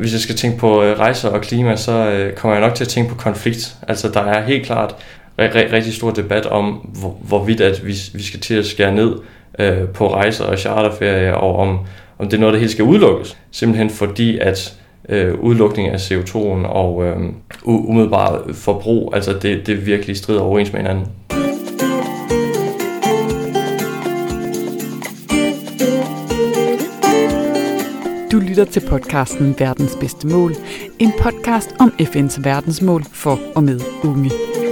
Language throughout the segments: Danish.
Hvis jeg skal tænke på rejser og klima, så kommer jeg nok til at tænke på konflikt. Altså der er helt klart rigtig stor debat om, hvorvidt at vi skal til at skære ned på rejser og charterferie, og om det er noget, der helt skal udelukkes. Simpelthen fordi, at udlukning af CO2'en og umiddelbart forbrug, altså det virkelig strider overens med hinanden. Du lytter til podcasten Verdens Bedste Mål, en podcast om FN's verdensmål for og med unge.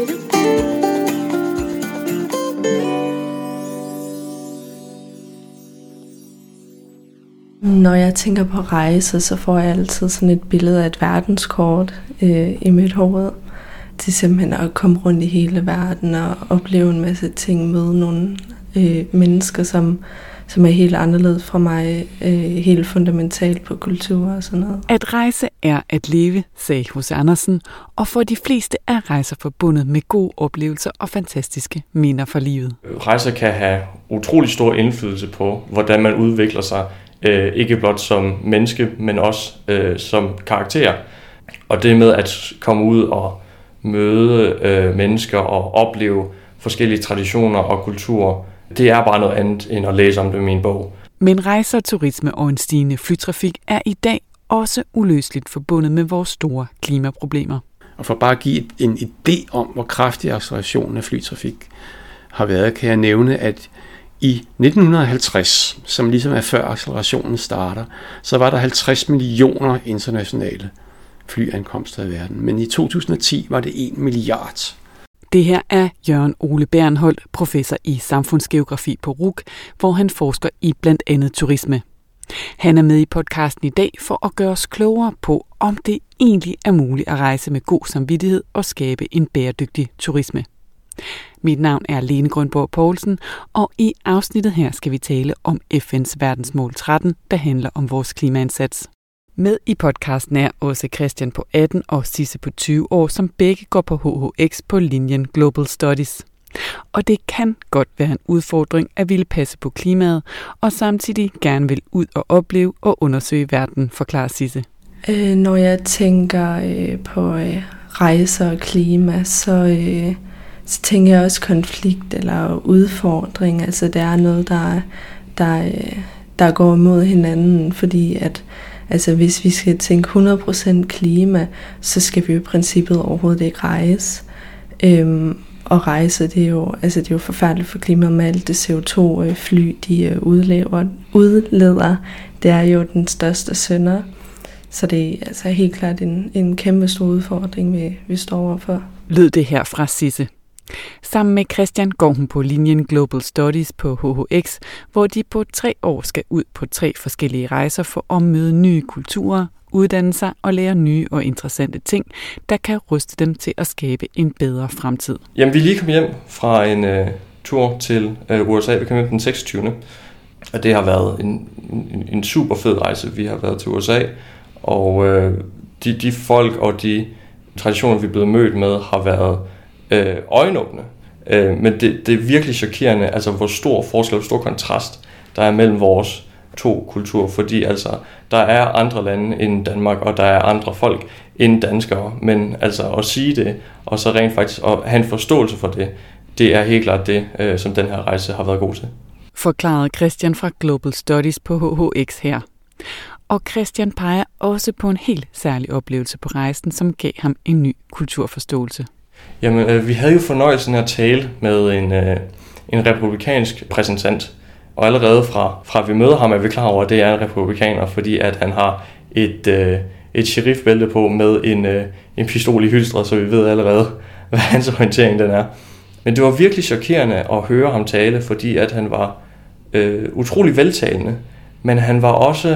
Når jeg tænker på rejser, så får jeg altid sådan et billede af et verdenskort i mit hoved. Det er simpelthen at komme rundt i hele verden og opleve en masse ting, møde nogle mennesker, som er helt anderledes fra mig, helt fundamentalt på kultur og sådan noget. At rejse er at leve, sagde H.C. Andersen, og for de fleste er rejser forbundet med gode oplevelser og fantastiske minder for livet. Rejser kan have utrolig stor indflydelse på, hvordan man udvikler sig, ikke blot som menneske, men også som karakter. Og det med at komme ud og møde mennesker og opleve forskellige traditioner og kulturer, det er bare noget andet end at læse om det i min bog. Men rejser, turisme og en stigende flytrafik er i dag også uløseligt forbundet med vores store klimaproblemer. Og for bare at give en idé om, hvor kraftig accelerationen af flytrafik har været, kan jeg nævne, at i 1950, som ligesom er før accelerationen starter, så var der 50 millioner internationale flyankomster i verden. Men i 2010 var det 1 milliard. Det her er Jørgen Ole Bernholdt, professor i samfundsgeografi på RUC, hvor han forsker i blandt andet turisme. Han er med i podcasten i dag for at gøre os klogere på, om det egentlig er muligt at rejse med god samvittighed og skabe en bæredygtig turisme. Mit navn er Lene Grønborg Poulsen, og i afsnittet her skal vi tale om FN's verdensmål 13, der handler om vores klimaindsats. Med i podcasten er også Christian på 18 og Sisse på 20 år, som begge går på HHX på linjen Global Studies. Og det kan godt være en udfordring at ville passe på klimaet, og samtidig gerne vil ud og opleve og undersøge verden, forklarer Sisse. Når jeg tænker på rejser og klima, så tænker jeg også konflikt eller udfordring. Altså det er noget, der går imod hinanden, fordi at altså hvis vi skal tænke 100% klima, så skal vi jo i princippet overhovedet ikke rejse. Og rejse, det er jo forfærdeligt for klimaet med alt det CO2 fly, de udleder. Det er jo den største synder. Så det er altså helt klart en kæmpe stor udfordring, vi står overfor. Lød det her fra Sisse. Sammen med Christian går hun på linjen Global Studies på HHX, hvor de på 3 år skal ud på 3 forskellige rejser for at møde nye kulturer, uddanne sig og lære nye og interessante ting, der kan ruste dem til at skabe en bedre fremtid. Jamen, vi er lige kommet hjem fra en tur til USA. Vi kom hjem den 26. Og det har været en super fed rejse. Vi har været til USA, og de folk og de traditioner, vi er blevet mødt med, har været øjenåbne. Men det er virkelig chokerende, altså hvor stor forskel, hvor stor kontrast der er mellem vores 2 kulturer, fordi altså der er andre lande end Danmark, og der er andre folk end danskere, men altså at sige det, og så rent faktisk at have en forståelse for det er helt klart det, som den her rejse har været god til. Forklarede Christian fra Global Studies på HHX her. Og Christian peger også på en helt særlig oplevelse på rejsen, som gav ham en ny kulturforståelse. Jamen, vi havde jo fornøjelsen at tale med en republikansk repræsentant, og allerede fra vi møder ham, er vi klar over, at det er en republikaner, fordi at han har et sheriffbælte på med en pistol i hylstret, så vi ved allerede, hvad hans orientering den er. Men det var virkelig chokerende at høre ham tale, fordi at han var utrolig veltalende, men han var også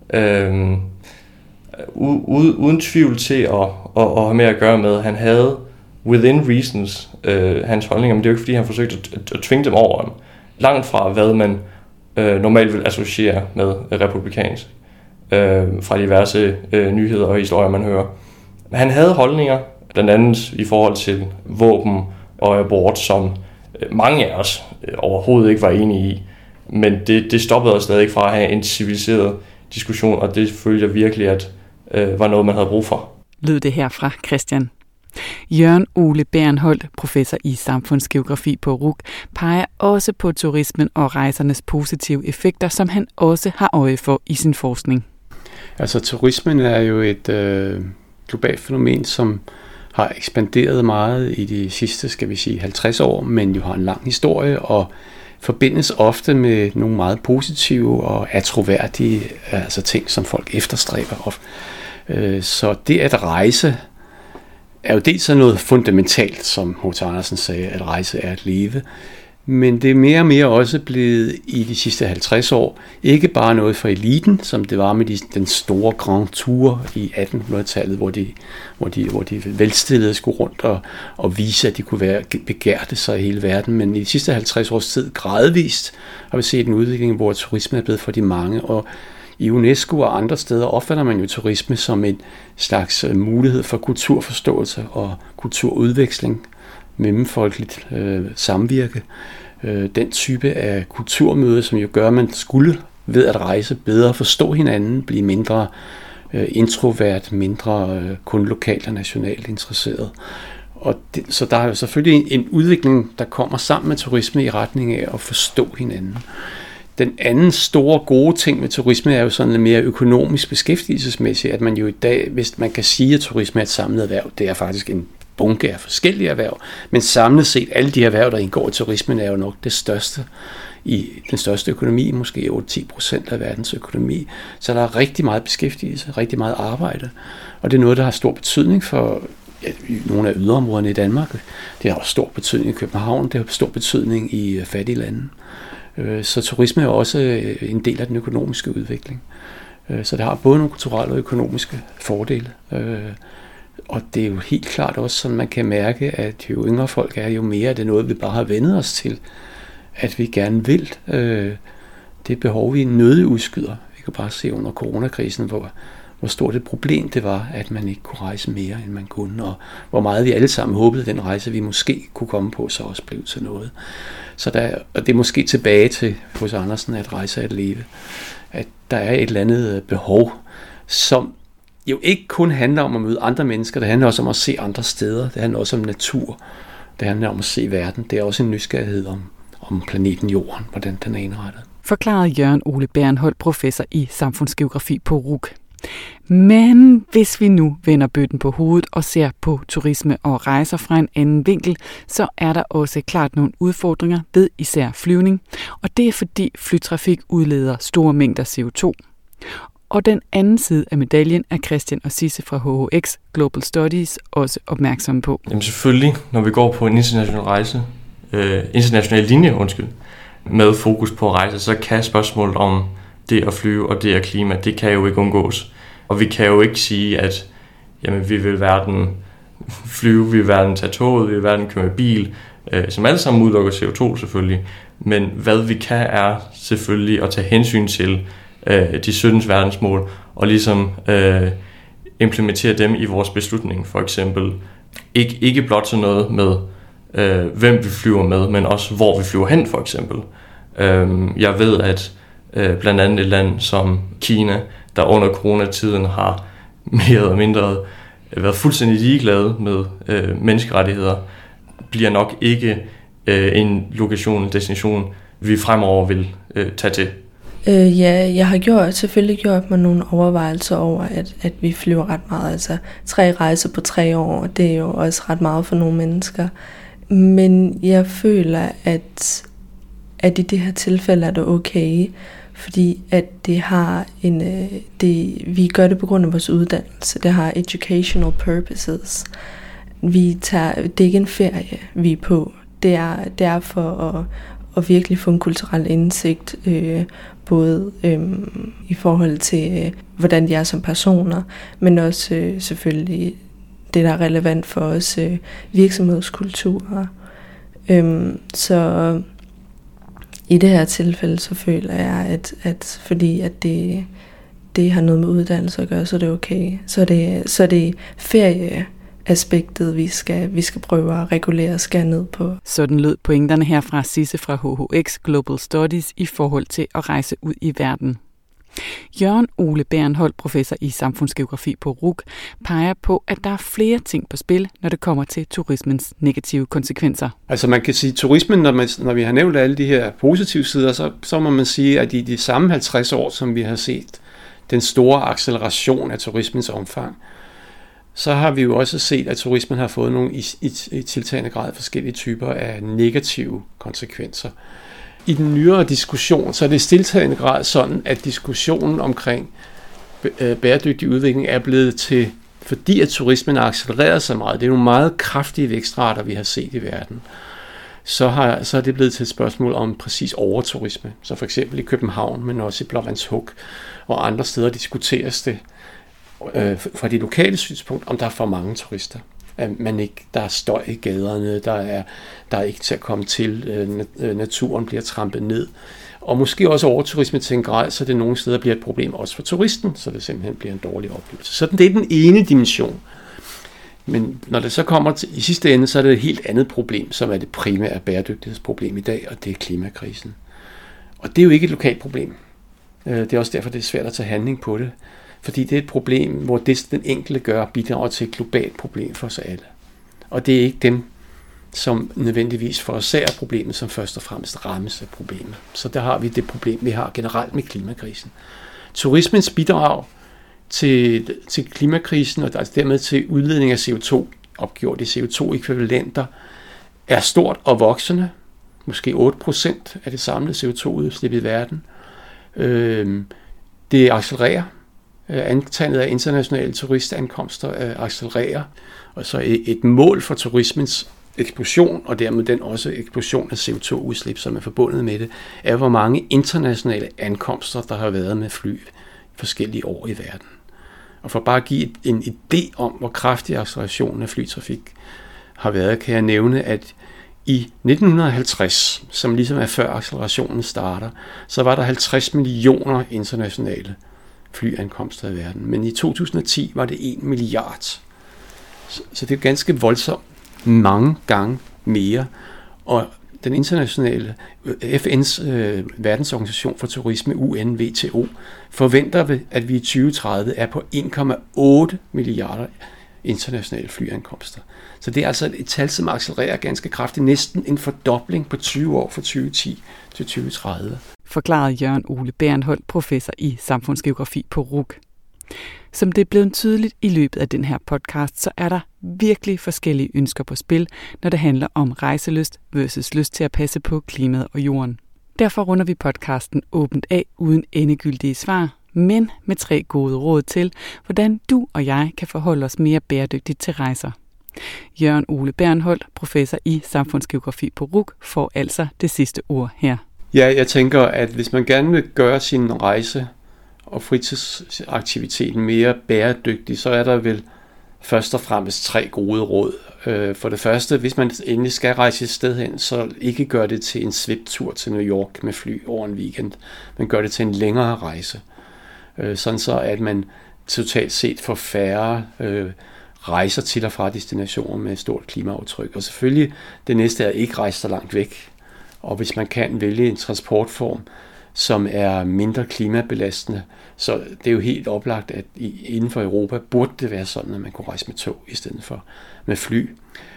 uden tvivl til at have med at gøre med. Han havde within reasons hans holdninger, men det er jo ikke fordi han forsøgte at tvinge dem over ham. Langt fra hvad man normalt vil associere med republikansk fra diverse nyheder og historier man hører. Han havde holdninger, blandt andet i forhold til våben og abort, som mange af os overhovedet ikke var enige i. Men det stoppede os stadig fra at have en civiliseret diskussion, og det følte jeg virkelig, var noget, man havde brug for. Lød det her fra Christian. Jørgen Ole Bernholt, professor i samfundsgeografi på RUC, peger også på turismen og rejsernes positive effekter, som han også har øje for i sin forskning. Altså turismen er jo et globalt fænomen, som har ekspanderet meget i de sidste, 50 år, men jo har en lang historie og forbindes ofte med nogle meget positive og attråværdige ting, som folk efterstræber. Så det at rejse er jo dels noget fundamentalt, som H.C. Andersen sagde, at rejse er at leve. Men det er mere og mere også blevet i de sidste 50 år ikke bare noget for eliten, som det var med den store Grand Tour i 1800-tallet, hvor de velstillede skulle rundt og vise, at de kunne være begærte sig i hele verden. Men i de sidste 50 års tid gradvist har vi set en udvikling, hvor turisme er blevet for de mange, og i UNESCO og andre steder opfatter man jo turisme som en slags mulighed for kulturforståelse og kulturudveksling, mellemfolkeligt samvirke. Den type af kulturmøde, som jo gør, at man skulle ved at rejse bedre forstå hinanden, blive mindre introvert, mindre kun lokalt og nationalt interesseret. Så der er jo selvfølgelig en udvikling, der kommer sammen med turisme i retning af at forstå hinanden. Den anden store gode ting med turisme er jo sådan lidt mere økonomisk beskæftigelsesmæssigt, at man jo i dag, hvis man kan sige, at turisme er et samlet erhverv, det er faktisk en bunke af forskellige erhverv, men samlet set, alle de erhverv, der indgår i turismen, er jo nok det største i den største økonomi, måske 8-10% af verdens økonomi. Så der er rigtig meget beskæftigelse, rigtig meget arbejde, og det er noget, der har stor betydning for nogle af yderområderne i Danmark. Det har også stor betydning i København, det har stor betydning i fattige lande. Så turisme er også en del af den økonomiske udvikling. Så det har både nogle kulturelle og økonomiske fordele. Og det er jo helt klart også sådan, man kan mærke, at jo yngre folk er, jo mere det er noget, vi bare har vendet os til, at vi gerne vil. Det behov, vi nødig udskyder. Vi kan bare se under coronakrisen, hvor stort et problem det var, at man ikke kunne rejse mere, end man kunne, og hvor meget vi alle sammen håbede, at den rejse, vi måske kunne komme på, så også blev til noget. Og det er måske tilbage til H.C. Andersen, at rejse er at leve. At der er et eller andet behov, som jo ikke kun handler om at møde andre mennesker, det handler også om at se andre steder, det handler også om natur, det handler om at se verden, det er også en nysgerrighed om planeten Jorden, hvordan den er indrettet. Forklarede Jørgen Ole Bernholt, professor i samfundsgeografi på RUC. Men hvis vi nu vender bøtten på hovedet og ser på turisme og rejser fra en anden vinkel, så er der også klart nogle udfordringer ved især flyvning, og det er fordi flytrafik udleder store mængder CO2. Og den anden side af medaljen er Christian og Sisse fra HHX Global Studies også opmærksomme på. Jamen selvfølgelig, når vi går på en international linje, med fokus på rejse, så kan spørgsmålet om det at flyve og det at klima, det kan jo ikke undgås. Og vi kan jo ikke sige, at jamen, vi vil hverken flyve, vi vil hverken tage toget, vi vil hverken køre med bil, som alle sammen udelukker CO2 selvfølgelig. Men hvad vi kan er selvfølgelig at tage hensyn til de 17 verdensmål og ligesom implementere dem i vores beslutning. For eksempel ikke blot sådan noget med, hvem vi flyver med, men også hvor vi flyver hen for eksempel. Jeg ved, at blandt andet et land som Kina, der under coronatiden har mere eller mindre været fuldstændig ligeglade med menneskerettigheder, bliver nok ikke en lokation, en destination, vi fremover vil tage til. Ja, jeg har selvfølgelig gjort mig nogle overvejelser over, at vi flyver ret meget. Altså 3 rejser på 3 år, det er jo også ret meget for nogle mennesker. Men jeg føler, at i det her tilfælde er det okay, fordi at det har vi gør det på grund af vores uddannelse. Det har educational purposes. Det er ikke en ferie, vi er på. Det er for at virkelig få en kulturel indsigt, både i forhold til, hvordan de er som personer, men også selvfølgelig det, der er relevant for os virksomhedskulturer. Så i det her tilfælde, så føler jeg, at fordi at det har noget med uddannelse at gøre, så er det okay. Så er det ferieaspektet, vi skal prøve at regulere og skære ned på. Sådan lød pointerne her fra Sisse fra HHX Global Studies i forhold til at rejse ud i verden. Jørgen Ole Bernholt, professor i samfundsgeografi på RUC, peger på, at der er flere ting på spil, når det kommer til turismens negative konsekvenser. Altså man kan sige, at turismen, når vi har nævnt alle de her positive sider, så må man sige, at i de samme 50 år, som vi har set den store acceleration af turismens omfang, så har vi jo også set, at turismen har fået nogle i tiltagende grad forskellige typer af negative konsekvenser. I den nyere diskussion, så er det i tiltagende grad sådan, at diskussionen omkring bæredygtig udvikling er blevet til, fordi at turismen har accelereret så meget, det er nogle meget kraftige vækstrater, vi har set i verden, så er det blevet til et spørgsmål om præcis overturisme. Så for eksempel i København, men også i Blåvandshugt og andre steder diskuteres det fra de lokale synspunkt, om der er for mange turister. Der er støj i gaderne, der er ikke til at komme til, naturen bliver trampet ned. Og måske også overturisme til en grad, så det nogle steder bliver et problem også for turisten, så det simpelthen bliver en dårlig oplevelse. Så det er den ene dimension. Men når det så kommer i sidste ende, så er det et helt andet problem, som er det primære bæredygtighedsproblem i dag, og det er klimakrisen. Og det er jo ikke et lokalt problem. Det er også derfor, det er svært at tage handling på det. Fordi det er et problem, hvor det, den enkelte gør, bidrager til et globalt problem for os alle. Og det er ikke dem, som nødvendigvis forårsager problemet, som først og fremmest rammes af problemet. Så der har vi det problem, vi har generelt med klimakrisen. Turismens bidrag til klimakrisen, og dermed til udledning af CO2, opgjort i CO2-ekvivalenter, er stort og voksende. Måske 8% af det samlede CO2-udslip i verden. Det accelererer. Antallet af internationale turistankomster accelererer, og så et mål for turismens eksplosion, og dermed den også eksplosion af CO2-udslip, som er forbundet med det, er hvor mange internationale ankomster, der har været med fly forskellige år i verden. Og for bare at give en idé om, hvor kraftig accelerationen af flytrafik har været, kan jeg nævne, at i 1950, som ligesom er før accelerationen starter, så var der 50 millioner internationale flyankomster i verden. Men i 2010 var det 1 milliard. Så det er ganske voldsomt mange gange mere. Og den internationale FN's verdensorganisation for turisme, UNWTO, forventer, at vi i 2030 er på 1,8 milliarder internationale flyankomster. Så det er altså et tal, som accelererer ganske kraftigt. Næsten en fordobling på 20 år fra 2010 til 2030. Forklarede Jørgen Ole Bernholt, professor i samfundsgeografi på RUC. Som det er blevet tydeligt i løbet af den her podcast, så er der virkelig forskellige ønsker på spil, når det handler om rejselyst versus lyst til at passe på klimaet og jorden. Derfor runder vi podcasten åbent af uden endegyldige svar, men med 3 gode råd til, hvordan du og jeg kan forholde os mere bæredygtigt til rejser. Jørgen Ole Bernholt, professor i samfundsgeografi på RUC, får altså det sidste ord her. Ja, jeg tænker, at hvis man gerne vil gøre sin rejse og fritidsaktiviteten mere bæredygtig, så er der vel først og fremmest 3 gode råd. For det første, hvis man endelig skal rejse et sted hen, så ikke gør det til en sviptur til New York med fly over en weekend, men gør det til en længere rejse. Sådan så, at man totalt set får færre rejser til og fra destinationer med et stort klimaaftryk. Og selvfølgelig, det næste er ikke rejse så langt væk. Og hvis man kan vælge en transportform, som er mindre klimabelastende, så det er jo helt oplagt, at inden for Europa burde det være sådan, at man kunne rejse med tog i stedet for med fly.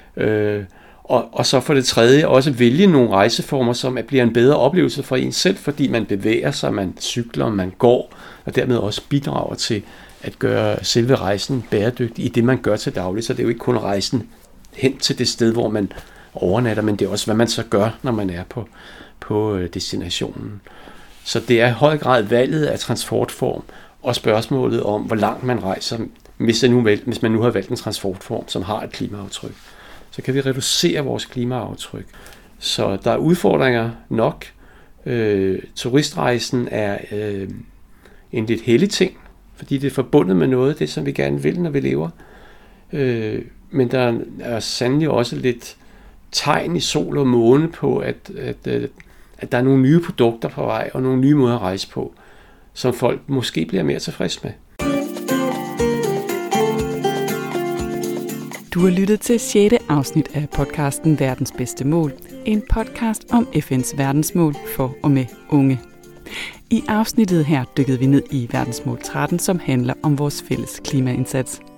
Og så for det tredje også vælge nogle rejseformer, som bliver en bedre oplevelse for en selv, fordi man bevæger sig, man cykler, man går, og dermed også bidrager til at gøre selve rejsen bæredygtig i det, man gør til daglig. Så det er jo ikke kun rejsen hen til det sted, hvor man overnatter, men det er også, hvad man så gør, når man er på destinationen. Så det er i høj grad valget af transportform og spørgsmålet om, hvor langt man rejser, hvis man nu har valgt en transportform, som har et klimaaftryk. Så kan vi reducere vores klimaaftryk. Så der er udfordringer nok. Turistrejsen er en lidt hellig ting, fordi det er forbundet med noget, det som vi gerne vil, når vi lever. Men der er sandelig også lidt tegn i sol og måne på, at der er nogle nye produkter på vej, og nogle nye måder at rejse på, som folk måske bliver mere tilfredse med. Du har lyttet til 6. afsnit af podcasten Verdens bedste mål. En podcast om FN's verdensmål for og med unge. I afsnittet her dykkede vi ned i verdensmål 13, som handler om vores fælles klimaindsats.